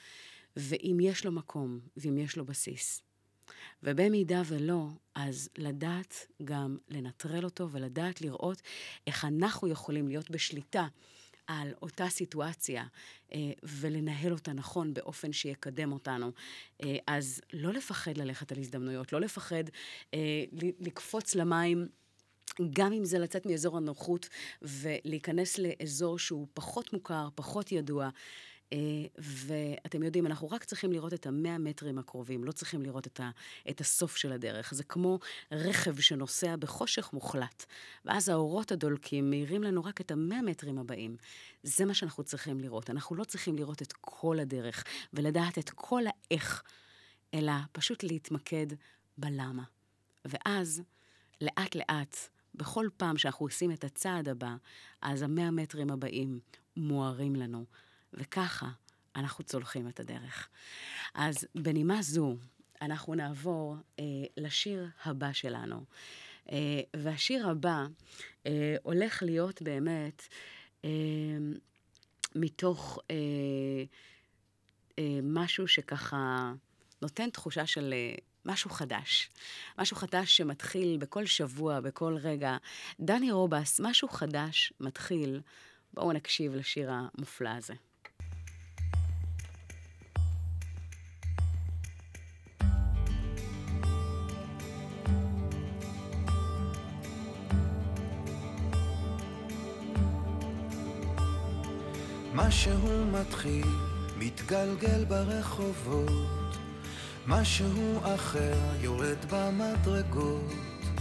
ואם יש לו מקום, ואם יש לו בסיס. ובמידה ולא, אז לדעת גם לנטרל אותו, ולדעת לראות איך אנחנו יכולים להיות בשליטה על אותה סיטואציה, ולנהל אותה נכון באופן שיקדם אותנו. אז לא לפחד ללכת על הזדמנויות, לא לפחד לקפוץ למים, גם אם זה לצאת מאזור הנוחות, ולהיכנס לאזור שהוא פחות מוכר, פחות ידוע, ואתם יודעים, אנחנו רק צריכים לראות את המאה מטרים הקרובים, לא צריכים לראות את, ה, את הסוף של הדרך. זה כמו רכב שנוסע בחושך מוחלט, ואז האורות הדולקים מאירים לנו רק את המאה מטרים הבאים. זה מה שאנחנו צריכים לראות. אנחנו לא צריכים לראות את כל הדרך, ולדעת את כל האיך, אלא פשוט להתמקד בלמה. ואז, לאט לאט, בכל פעם שאנחנו עושים את הצעד הבא, אז המאה מטרים הבאים מוארים לנו, וככה אנחנו צולחים את הדרך. אז בנימה זו, אנחנו נעבור אה, לשיר הבא שלנו. אה, והשיר הבא אה, הולך להיות באמת אה, מתוך אה, אה, משהו שככה נותן תחושה של אה, משהו חדש. משהו חדש שמתחיל בכל שבוע, בכל רגע. דני רובס, משהו חדש מתחיל. בואו נקשיב לשיר המופלא הזה. משהו מתחיל, מתגלגל ברחובות, משהו אחר יורד במדרגות,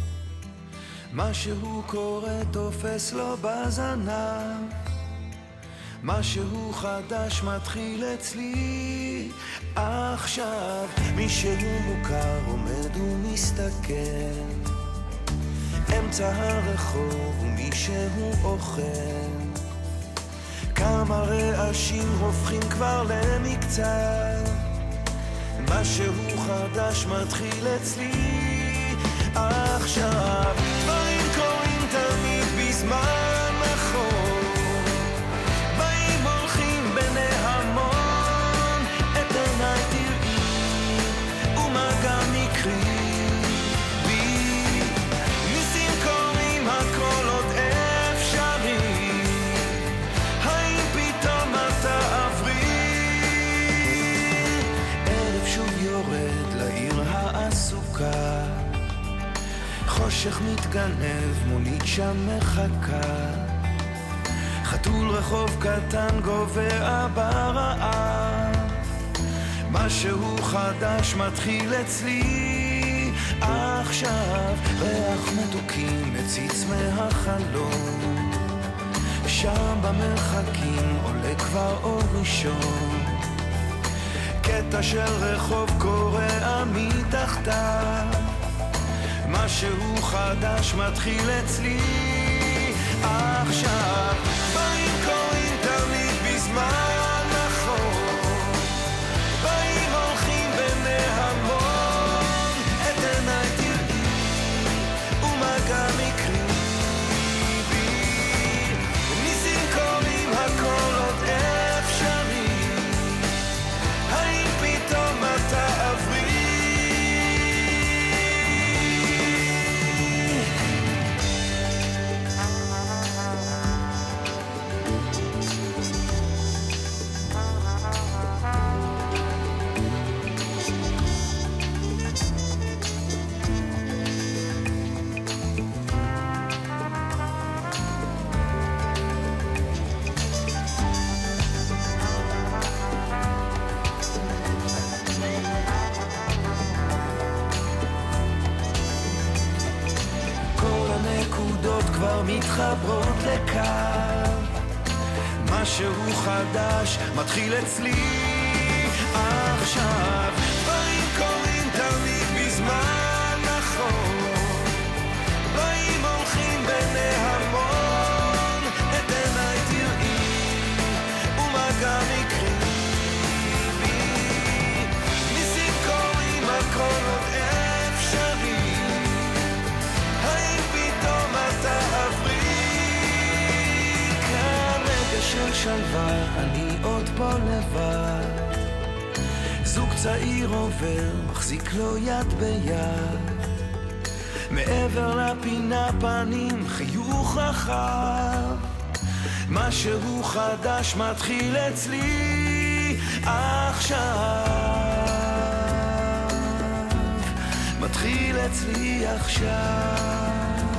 משהו קורה תופס לו בזנב, משהו חדש מתחיל אצלי עכשיו. מישהו מוכר עומד ומסתכל אמצע הרחוב ומישהו אוכל, כמה רעשים הופכים כבר למקצר, משהו חדש מתחיל אצלי עכשיו. דברים קורים תמיד בזמן נכון, באים הולכים בני המון, את עיניי תראי ומה גם יקרי בי, ניסים קורים הכל עוד אפשרי, האם פתאום אתה עברי? ערב שוב יורד לעיר העסוקה, חושך מתגנב, מונית שם מחכה, חתול רחוב קטן גובע ברעב, משהו חדש מתחיל אצלי עכשיו. ריח מתוקים מציץ מהחלום, שם במרחקים עולה כבר אור ראשון, קטע של רחוב קורע מתחתיו, משהו חדש מתחיל אצלי עכשיו. באים קוראים תמיד בזמן נכון, באים הולכים בני המון, את עיניי תראי ומה גם יקרי בי, ניסים קוראים הכל עוד אפשרי, האם פתאום אתה עברי? כבר מתחברות לקו, משהו חדש מתחיל אצלי עכשיו. דברים קורים תמיד בזמן נכון, באים הולכים בני המון, את עיניי תראי ומה גם יקרי בי, ניסים קורים הכל עוד אפשרי, האם פתאום אתה עברי? כאן רגע של שלווה, אני עוד פה לבד, זוג צעיר עובר, מחזיק לו יד ביד, מעבר לפינה פנים חיוך רחב, משהו חדש מתחיל אצלי עכשיו, מתחיל אצלי עכשיו.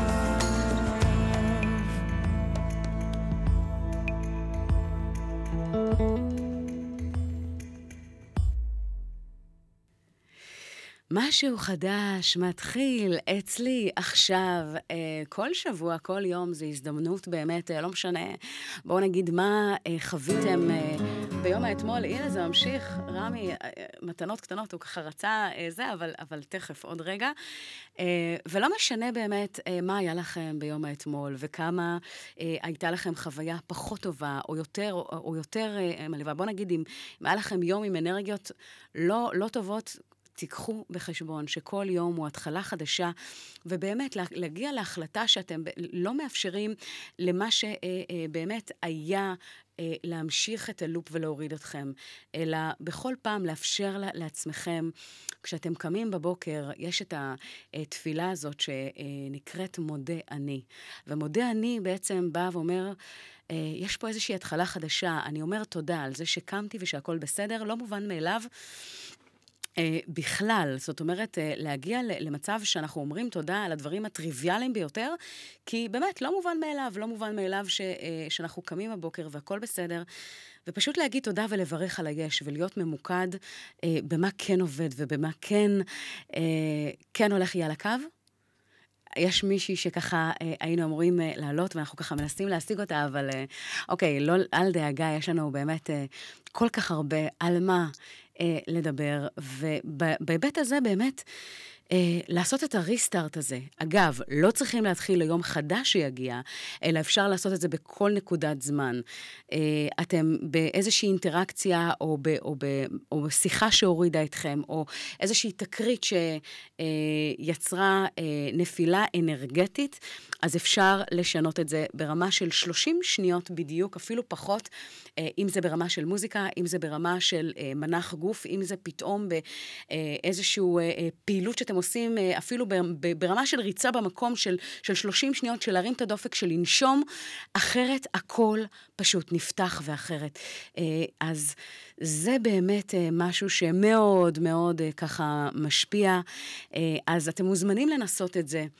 משהו חדש מתחיל אצלי עכשיו, כל שבוע, כל יום, זו הזדמנות באמת, לא משנה, בואו נגיד מה חוויתם ביום האתמול, הנה זה ממשיך, רמי, מתנות קטנות, הוא ככה רצה זה, אבל, אבל תכף, עוד רגע, ולא משנה באמת מה היה לכם ביום האתמול, וכמה הייתה לכם חוויה פחות טובה, או יותר, או, או יותר מלווה, בואו נגיד, אם, אם היה לכם יום עם אנרגיות לא, לא טובות, תיקחו בחשבון שכל יום הוא התחלה חדשה, ובאמת להגיע להחלטה שאתם לא מאפשרים למה שבאמת היה להמשיך את הלופ ולהוריד אתכם, אלא בכל פעם לאפשר לעצמכם, כשאתם קמים בבוקר, יש את התפילה הזאת שנקראת מודה אני, ומודה אני בעצם בא ואומר, יש פה איזושהי התחלה חדשה, אני אומר תודה על זה שקמתי ושהכל בסדר, לא מובן מאליו, בכלל, זאת אומרת, להגיע למצב שאנחנו אומרים תודה על הדברים הטריוויאליים ביותר, כי באמת לא מובן מאליו, לא מובן מאליו ש, שאנחנו קמים בבוקר והכל בסדר, ופשוט להגיד תודה ולברך על היש, ולהיות ממוקד במה כן עובד ובמה כן, כן הולך יהיה על הקו. יש מישהי שככה היינו אמורים לעלות, ואנחנו ככה מנסים להשיג אותה, אבל אוקיי, לא על דאגה, יש לנו באמת כל כך הרבה על מה לדבר, ובהיבט הזה באמת לעשות את הריסטארט הזה. אגב, לא צריכים להתחיל ליום חדש שיגיע, אלא אפשר לעשות את זה בכל נקודת זמן. אתם באיזושהי אינטראקציה, או, ב, או, ב, או בשיחה שהורידה אתכם, או איזושהי תקרית שיצרה נפילה אנרגטית, אז אפשר לשנות את זה ברמה של שלושים שניות בדיוק, אפילו פחות, אם זה ברמה של מוזיקה, אם זה ברמה של מנח גוף, אם זה פתאום באיזשהו פעילות שאתם עושים, אפילו ברמה של ריצה במקום של, של שלושים שניות, של להרים את הדופק, של לנשום, אחרת הכל פשוט נפתח ואחרת. אז זה באמת משהו שמאוד מאוד ככה משפיע, אז אתם מוזמנים לנסות את זה,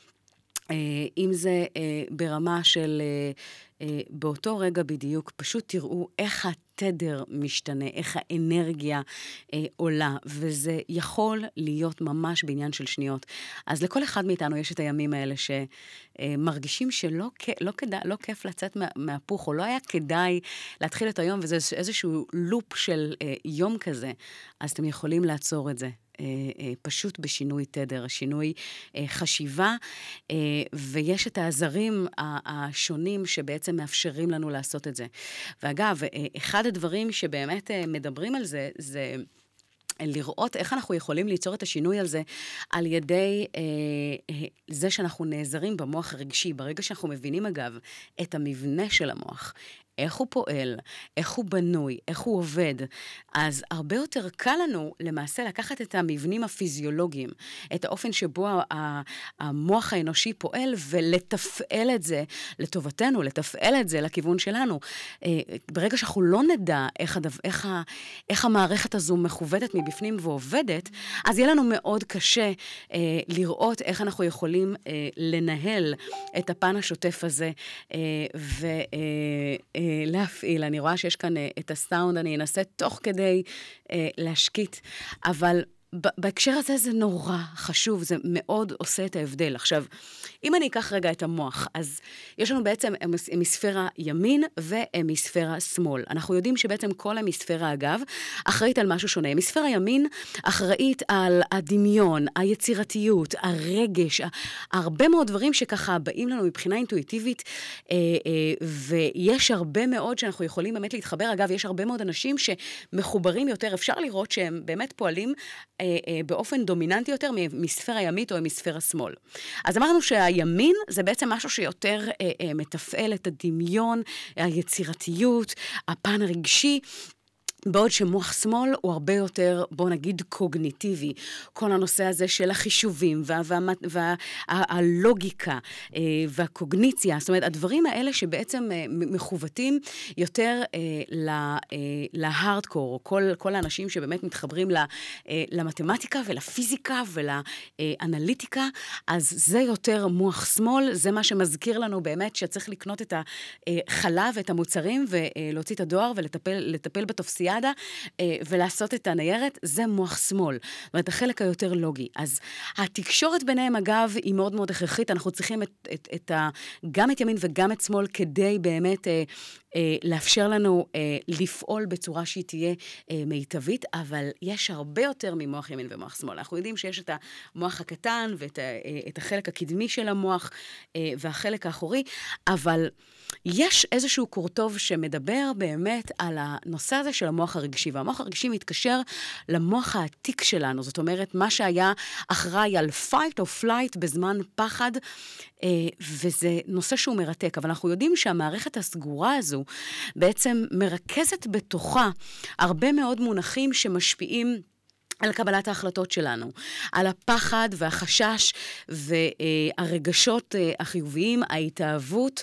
אם זה ברמה של באותו רגע בדיוק, פשוט תראו איך התדר משתנה, איך האנרגיה אה, עולה, וזה יכול להיות ממש בעניין של שניות. אז לכל אחד מאיתנו יש את הימים האלה שמרגישים שלא לא כדא, לא כיף לצאת מה, מהפוך, או לא היה כדאי להתחיל את היום, וזה איזשהו לופ של אה, יום כזה, אז אתם יכולים לעצור את זה. פשוט בשינוי תדר, שינוי חשיבה, ויש את העזרים השונים שבעצם מאפשרים לנו לעשות את זה. ואגב, אחד הדברים שבאמת מדברים על זה, זה לראות איך אנחנו יכולים ליצור את השינוי על זה, על ידי אה, זה שאנחנו נעזרים במוח הרגשי, ברגע שאנחנו מבינים אגב את המבנה של המוח, איך הוא פועל, איך הוא בנוי, איך הוא עובד, אז הרבה יותר קל לנו למעשה לקחת את המבנים הפיזיולוגיים, את האופן שבו המוח האנושי פועל, ולתפעל את זה לטובתנו, לתפעל את זה לכיוון שלנו. ברגע שאנחנו לא נדע איך, הדו, איך, ה, איך המערכת הזו מכוותת מבפנים ועובדת, אז יהיה לנו מאוד קשה אה, לראות איך אנחנו יכולים אה, לנהל את הפן השוטף הזה, אה, ו... אה, להפעיל. אני רואה שיש כאן את הסאונד, אני אנסה תוך כדי להשקיט, אבל בהקשר הזה זה נורא חשוב, זה מאוד עושה את ההבדל. עכשיו, אם אני אקח רגע את המוח, אז יש לנו בעצם המיספירה ימין והמיספירה שמאל. אנחנו יודעים שבעצם כל המיספירה, אגב, אחראית על משהו שונה. המיספירה ימין אחראית על הדמיון, היצירתיות, הרגש, הרבה מאוד דברים שככה באים לנו מבחינה אינטואיטיבית, ויש הרבה מאוד שאנחנו יכולים באמת להתחבר. אגב, יש הרבה מאוד אנשים שמחוברים יותר, אפשר לראות שהם באמת פועלים באופן דומיננטי יותר מספירה ימית או מספירה שמאל. אז אמרנו שהימין זה בעצם משהו שיותר מתפעל את הדמיון, היצירתיות, הפן הרגשי, בעוד שמוח שמאל הוא הרבה יותר, בוא נגיד, קוגניטיבי. כל הנושא הזה של החישובים וה, וה, וה, והלוגיקה והקוגניציה, זאת אומרת, הדברים האלה שבעצם מחוותים יותר להארדקור, כל, כל האנשים שבאמת מתחברים למתמטיקה ולפיזיקה ולאנליטיקה, אז זה יותר מוח שמאל, זה מה שמזכיר לנו באמת שצריך לקנות את החלב ואת המוצרים ולהוציא את הדואר ולטפל לטפל בתופסיה, ולעשות את הניירת, זה מוח שמאל. זאת אומרת, החלק היותר לוגי. אז התקשורת ביניהם, אגב, היא מאוד מאוד הכרחית. אנחנו צריכים את, את, את ה, גם את ימין וגם את שמאל, כדי באמת אה, אה, לאפשר לנו אה, לפעול בצורה שהיא תהיה אה, מיטבית, אבל יש הרבה יותר ממוח ימין ומוח שמאל. אנחנו יודעים שיש את המוח הקטן, ואת ה, אה, את החלק הקדמי של המוח, אה, והחלק האחורי, אבל יש איזשהו קורטוב שמדבר באמת על הנושא הזה של המוח הרגשי, והמוח הרגשי מתקשר למוח העתיק שלנו, זאת אומרת, מה שהיה אחראי על fight or flight בזמן פחד, וזה נושא שהוא מרתק, אבל אנחנו יודעים שהמערכת הסגורה הזו בעצם מרכזת בתוכה הרבה מאוד מונחים שמשפיעים על קבלת ההחלטות שלנו, על הפחד והחשש והרגשות החיוביים, ההתאהבות,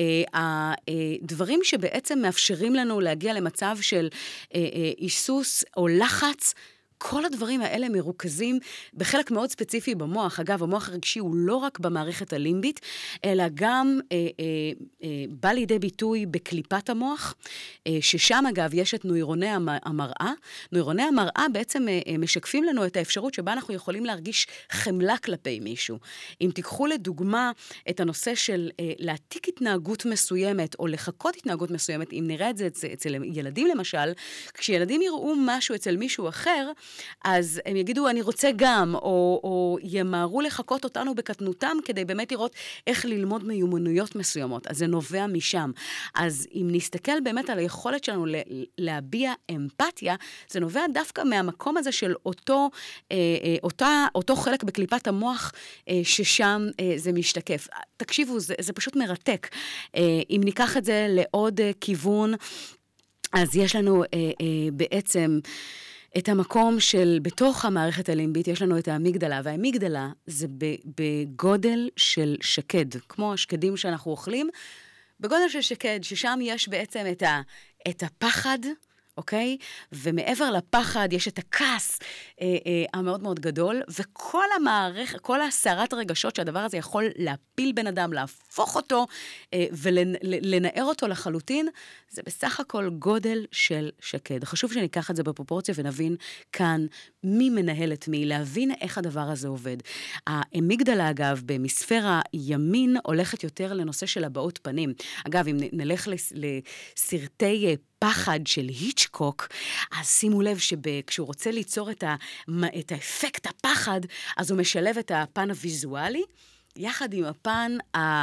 הדברים שבעצם מאפשרים לנו להגיע למצב של היסוס או לחץ, כל הדברים האלה מרוכזים בחלק מאוד ספציפי במוח. אגב, המוח הרגשי הוא לא רק במערכת הלימבית, אלא גם אה, אה, אה, בא לידי ביטוי בקליפת המוח, אה, ששם אגב יש את נוירוני המראה. נוירוני המראה בעצם אה, אה, משקפים לנו את האפשרות שבה אנחנו יכולים להרגיש חמלה כלפי מישהו. אם תיקחו לדוגמה את הנושא של אה, להעתיק התנהגות מסוימת, או לחכות התנהגות מסוימת, אם נראה את זה אצל, אצל ילדים למשל, כשילדים יראו משהו אצל מישהו אחר, אז הם יגידו, אני רוצה גם, או, או ימהרו לחכות אותנו בקטנותם, כדי באמת לראות איך ללמוד מיומנויות מסוימות. אז זה נובע משם. אז אם נסתכל באמת על היכולת שלנו להביע אמפתיה, זה נובע דווקא מהמקום הזה של אותו, אה, אה, אותה, אותו חלק בקליפת המוח, אה, ששם אה, זה משתקף. תקשיבו, זה, זה פשוט מרתק. אה, אם ניקח את זה לעוד אה, כיוון, אז יש לנו אה, אה, בעצם את המקום של, בתוך המערכת הלימבית, יש לנו את האמיגדלה, והאמיגדלה זה בגודל של שקד, כמו השקדים שאנחנו אוכלים, בגודל של שקד, ששם יש בעצם את, ה, את הפחד, אוקיי? ומעבר לפחד יש את הכעס אה, אה, המאוד מאוד גדול, וכל המערכת, כל הסערת הרגשות שהדבר הזה יכול להפיל בן אדם, להפוך אותו אה, ולנער אותו לחלוטין, זה בסך הכל גודל של שקד. חשוב שניקח את זה בפרופורציה ונבין כאן מי מנהל את מי, להבין איך הדבר הזה עובד. האמיגדלה, אגב, במספירה ימין הולכת יותר לנושא של הבעות פנים. אגב, אם נלך לסרטי פחד של היצ'קוק, אז שימו לב שכשהוא רוצה ליצור את, ה, את האפקט הפחד, אז הוא משלב את הפן הוויזואלי, יחד עם הפן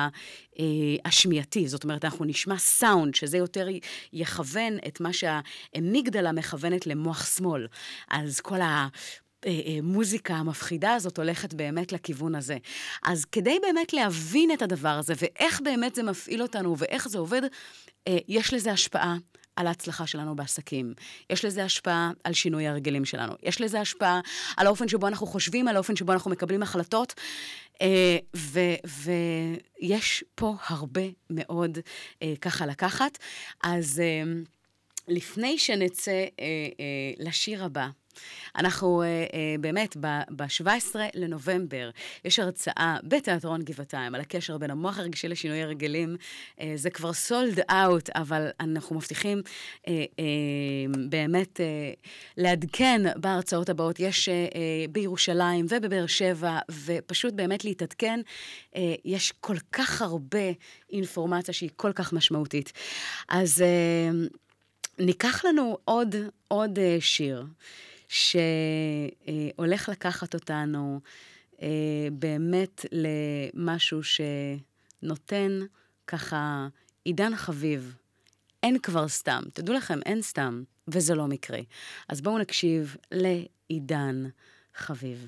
השמיעתי. זאת אומרת, אנחנו נשמע סאונד, שזה יותר יכוון את מה שהאמיגדלה מכוונת למוח שמאל. אז כל ה... מוזיקה המפחידה הזאת הולכת באמת לכיוון הזה. אז כדי באמת להבין את הדבר הזה, ואיך באמת זה מפעיל אותנו, ואיך זה עובד, יש לזה השפעה על ההצלחה שלנו בעסקים. יש לזה השפעה על שינוי הרגלים שלנו. יש לזה השפעה על האופן שבו אנחנו חושבים, על האופן שבו אנחנו מקבלים החלטות, ויש פה הרבה מאוד ככה לקחת. אז לפני שנצא לשיר הבא, אנחנו uh, uh, באמת ב-שבעה עשר לנובמבר יש הרצאה בתיאטרון גבעתיים על הקשר בין המוח הרגשי לשינוי הרגלים. Uh, זה כבר סולד אאוט, אבל אנחנו מבטיחים uh, uh, באמת uh, לעדכן בהרצאות הבאות. יש uh, uh, בירושלים ובבאר שבע, ופשוט באמת להתעדכן. Uh, יש כל כך הרבה אינפורמציה שהיא כל כך משמעותית. אז uh, ניקח לנו עוד, עוד uh, שיר. שהולך לקחת אותנו באמת למשהו שנותן ככה עידן חביב. אין כבר סתם. תדעו לכם, אין סתם, וזה לא מקרה. אז בואו נקשיב לעידן חביב.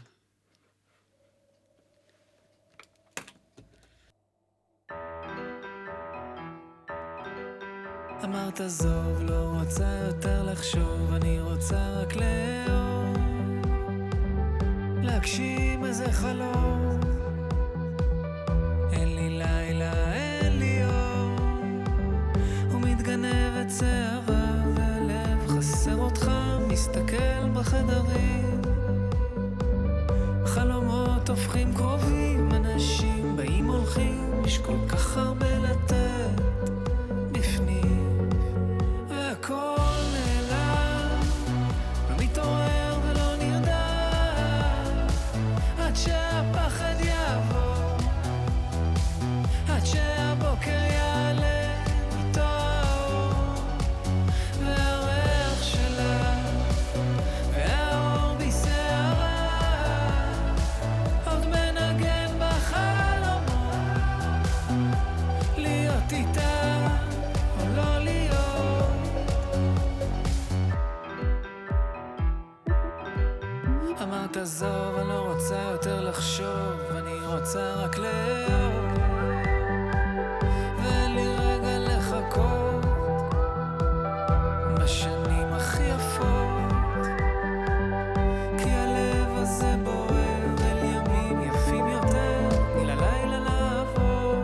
אמרת זוב, לא רוצה יותר לחשוב, אני רוצה רק לאהוב, להגשים איזה חלום. אין לי לילה, אין לי יום, ומתגנבת שערה והלב חסר אותך, מסתכל בחדרים, חלומות הופכים קרובים, אנשים באים הולכים, יש כל כך הרבה לתת בפנים, והכל נעלם, לא מתעורר ולא נרדם, עד שהפחד יעבור, עד שהבוקר יעלה איתו האור, והריח שלה והאור בשערה עוד מנגן בחלומות, להיות איתה או לא להיות. אמרת עזוב, אני לא רוצה יותר לחשוב, אני רוצה רק לאהוב, ואין לי רגע לחכות בשנים הכי יפות, כי הלב הזה בוער אל ימים יפים יותר, אל הלילה לעבור,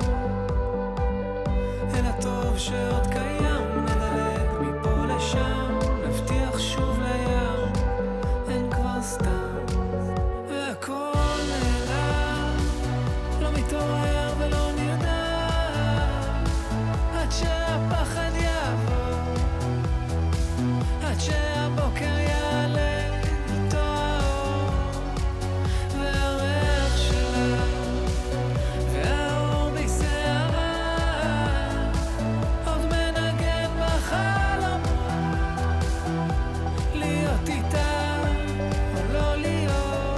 אל הטוב שעוד קיים, נדלג מפה לשם, נבטיח שוב לים, אין כבר סתם, והכל נעלם, לא מתעורר ולא נרדם, עד שהפחד יעבור, עד שהבוקר יעלה איתו האור, והריח שלה והאור בשערה עוד מנגן בחלומות, להיות איתה או לא להיות.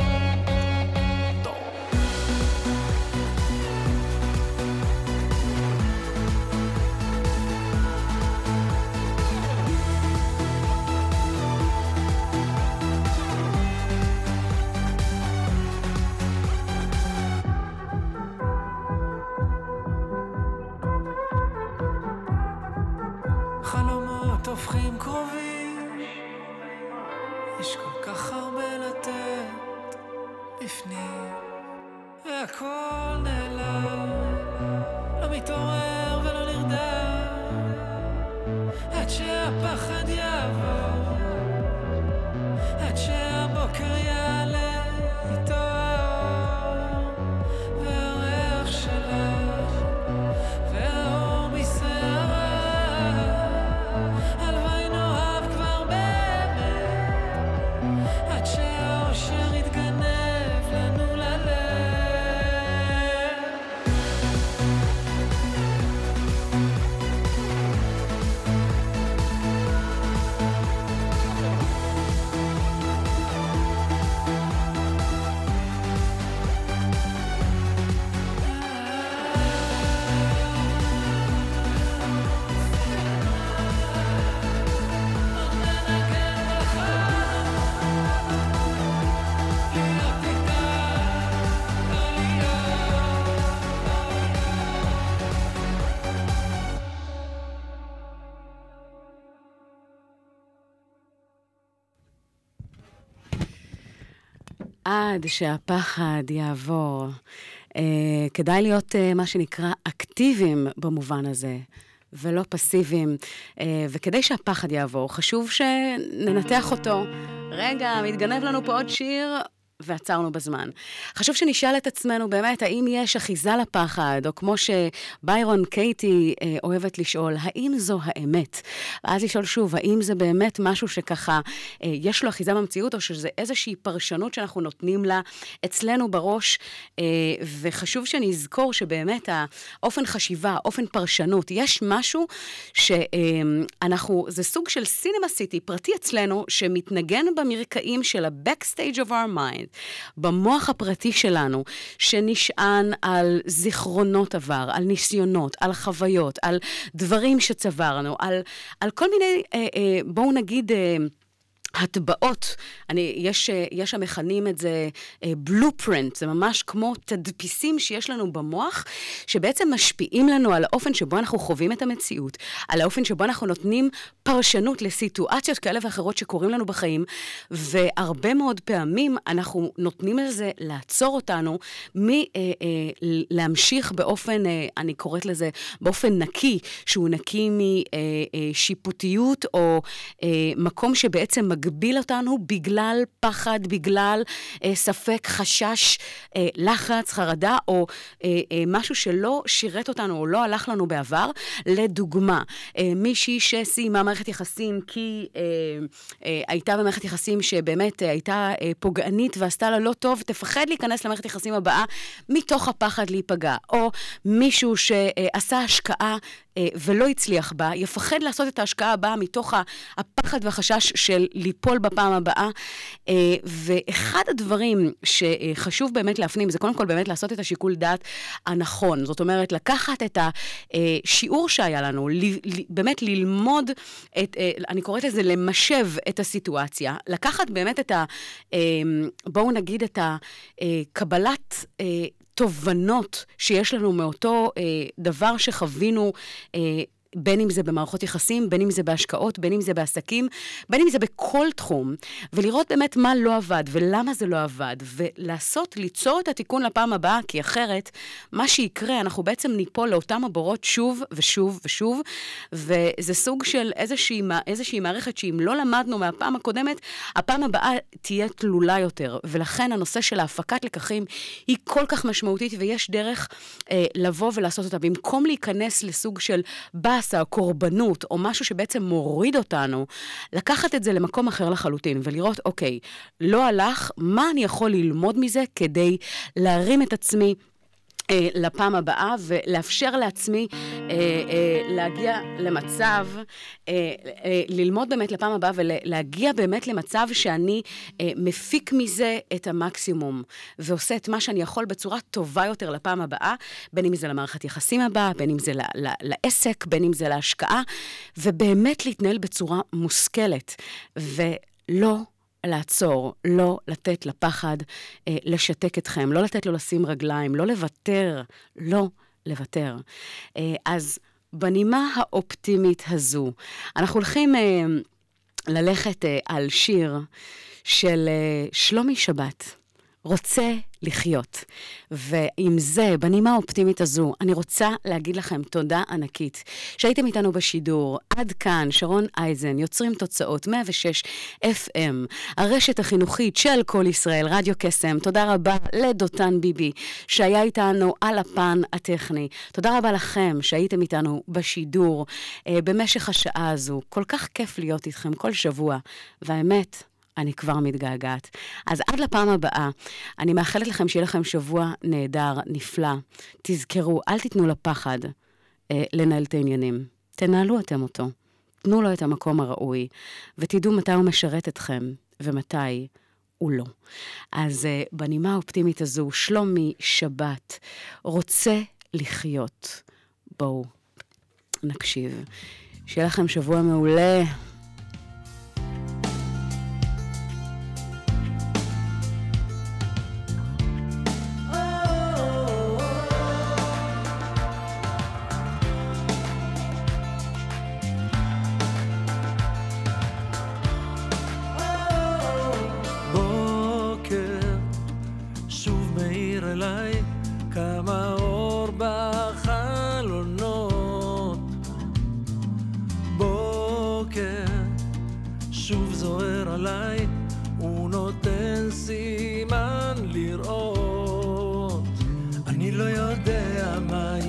חלומות הופכים קרובים, יש כל כך הרבה לתת בפנים, והכל נעלם, לא מתעורר ולא נרדם, עד שהפחד יעבור, עד שהבוקר יעלה איתו האור, והריח שלה והאור בשערה, הלוואי נאהב כבר באמת, עד שהאושר יתגנב לנו ללב. עד שהפחד יעבור. אה, כדאי להיות אה, מה שנקרא אקטיביים במובן הזה, ולא פסיביים. אה, וכדי שהפחד יעבור, חשוב שננתח אותו. רגע, מתגנב לנו פה עוד שיר, ועצרנו בזמן. חשוב שנשאל את עצמנו באמת, האם יש אחיזה לפחד, או כמו שביירון קייטי אה, אוהבת לשאול, האם זו האמת? ואז לשאול שוב, האם זה באמת משהו שככה, אה, יש לו אחיזה במציאות, או שזה איזושהי פרשנות שאנחנו נותנים לה אצלנו בראש, אה, וחשוב שנזכור שבאמת האופן חשיבה, אופן פרשנות, יש משהו שאנחנו, זה סוג של סינמה סיטי, פרטי אצלנו, שמתנגן במרקעים של ה-backstage of our mind, במוח הפרטי שלנו, שנשען על זיכרונות עבר, על ניסיונות, על חוויות, על דברים שצברנו, על, על כל מיני, אה, אה, בואו נגיד, אה, הטבעות, אני, יש, יש המכנים את זה בלופרינט, זה ממש כמו תדפיסים שיש לנו במוח, שבעצם משפיעים לנו על האופן שבו אנחנו חווים את המציאות, על האופן שבו אנחנו נותנים פרשנות לסיטואציות כאלה ואחרות שקורים לנו בחיים, והרבה מאוד פעמים אנחנו נותנים לזה לעצור אותנו, מלהמשיך באופן, אני קוראת לזה, באופן נקי, שהוא נקי משיפוטיות, או מקום שבעצם מגביל אותנו בגלל פחד, בגלל אה, ספק, חשש, אה, לחץ, חרדה, או אה, אה, משהו שלא שירת אותנו או לא הלך לנו בעבר. לדוגמה, אה, מישהי שסיימה מערכת יחסים כי אה, אה, הייתה במערכת יחסים שבאמת אה, הייתה אה, פוגענית ועשתה לה לא טוב, תפחד להיכנס למערכת יחסים הבאה מתוך הפחד להיפגע. או מישהו שעשה השקעה ולא הצליח בה, יפחד לעשות את ההשקעה הבאה מתוך הפחד והחשש של ליפול בפעם הבאה. ואחד הדברים שחשוב באמת להפנים, זה קודם כל באמת לעשות את השיקול דעת הנכון. זאת אומרת, לקחת את השיעור שהיה לנו, באמת ללמוד, את, אני קוראת לזה למשב את הסיטואציה, לקחת באמת את ה... בואו נגיד את הקבלת... תובנות שיש לנו מאותו אה, דבר שחווינו, אה, בין אם זה במערכות יחסים, בין אם זה בהשקעות, בין אם זה בעסקים, בין אם זה בכל תחום, ולראות באמת מה לא עבד ולמה זה לא עבד, ולעשות, ליצור את התיקון לפעם הבאה, כי אחרת, מה שיקרה, אנחנו בעצם ניפול לאותם הבורות שוב ושוב ושוב, וזה סוג של איזושהי, איזושהי מערכת שאם לא למדנו מהפעם הקודמת, הפעם הבאה תהיה תלולה יותר, ולכן הנושא של ההפקת לקחים היא כל כך משמעותית, ויש דרך אה, לבוא ולעשות אותה, במקום להיכנס לסוג של בא או קורבנות, או משהו שבעצם מוריד אותנו, לקחת את זה למקום אחר לחלוטין, ולראות, אוקיי, לא הלך, מה אני יכול ללמוד מזה כדי להרים את עצמי אה, לפעם הבאה, ולאפשר לעצמי אה, אה, להגיע למצב, אה, אה, ללמוד באמת לפעם הבאה, ולהגיע באמת למצב שאני אה, מפיק מזה את המקסימום, ועושה את מה שאני יכול בצורה טובה יותר לפעם הבאה, בין אם זה למערכת יחסים הבאה, בין אם זה ל- ל- לעסק, בין אם זה להשקעה, ובאמת להתנהל בצורה מושכלת, ולא לעצור, לא לתת לפחד אה, לשתק אתכם, לא לתת לו לשים רגליים, לא לוותר, לא לוותר. אה, אז בנימה האופטימית הזו, אנחנו הולכים אה, ללכת אה, על שיר של אה, שלומי שבת, רוצה לחיות. ועם זה, בנימה האופטימית הזו, אני רוצה להגיד לכם תודה ענקית שהייתם איתנו בשידור. עד כאן, שרון אייזן, יוצרים תוצאות, מאה ושש אף אם, הרשת החינוכית של כל ישראל, רדיו קסם. תודה רבה לדותן ביבי, שהיה איתנו על הפן הטכני. תודה רבה לכם שהייתם איתנו בשידור אה, במשך השעה הזו. כל כך כיף להיות איתכם כל שבוע, והאמת, אני כבר מתגעגעת. אז עד לפעם הבאה, אני מאחלת לכם שיהיה לכם שבוע נהדר, נפלא. תזכרו, אל תיתנו לפחד אה, לנהל את העניינים. תנהלו אתם אותו. תנו לו את המקום הראוי, ותדעו מתי הוא משרת אתכם, ומתי הוא לא. אז אה, בנימה האופטימית הזו, שלומי שבת, רוצה לחיות. בואו, נקשיב. שיהיה לכם שבוע מעולה.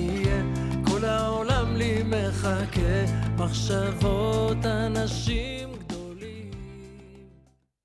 מחשבות אנשים